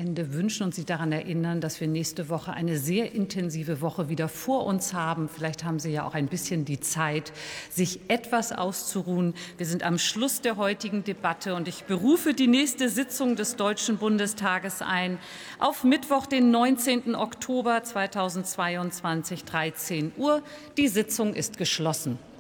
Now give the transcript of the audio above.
Wochenende wünschen und Sie daran erinnern, dass wir nächste Woche eine sehr intensive Woche wieder vor uns haben. Vielleicht haben Sie ja auch ein bisschen die Zeit, sich etwas auszuruhen. Wir sind am Schluss der heutigen Debatte und ich berufe die nächste Sitzung des Deutschen Bundestages ein auf Mittwoch, den 19. Oktober 2022, 13 Uhr. Die Sitzung ist geschlossen.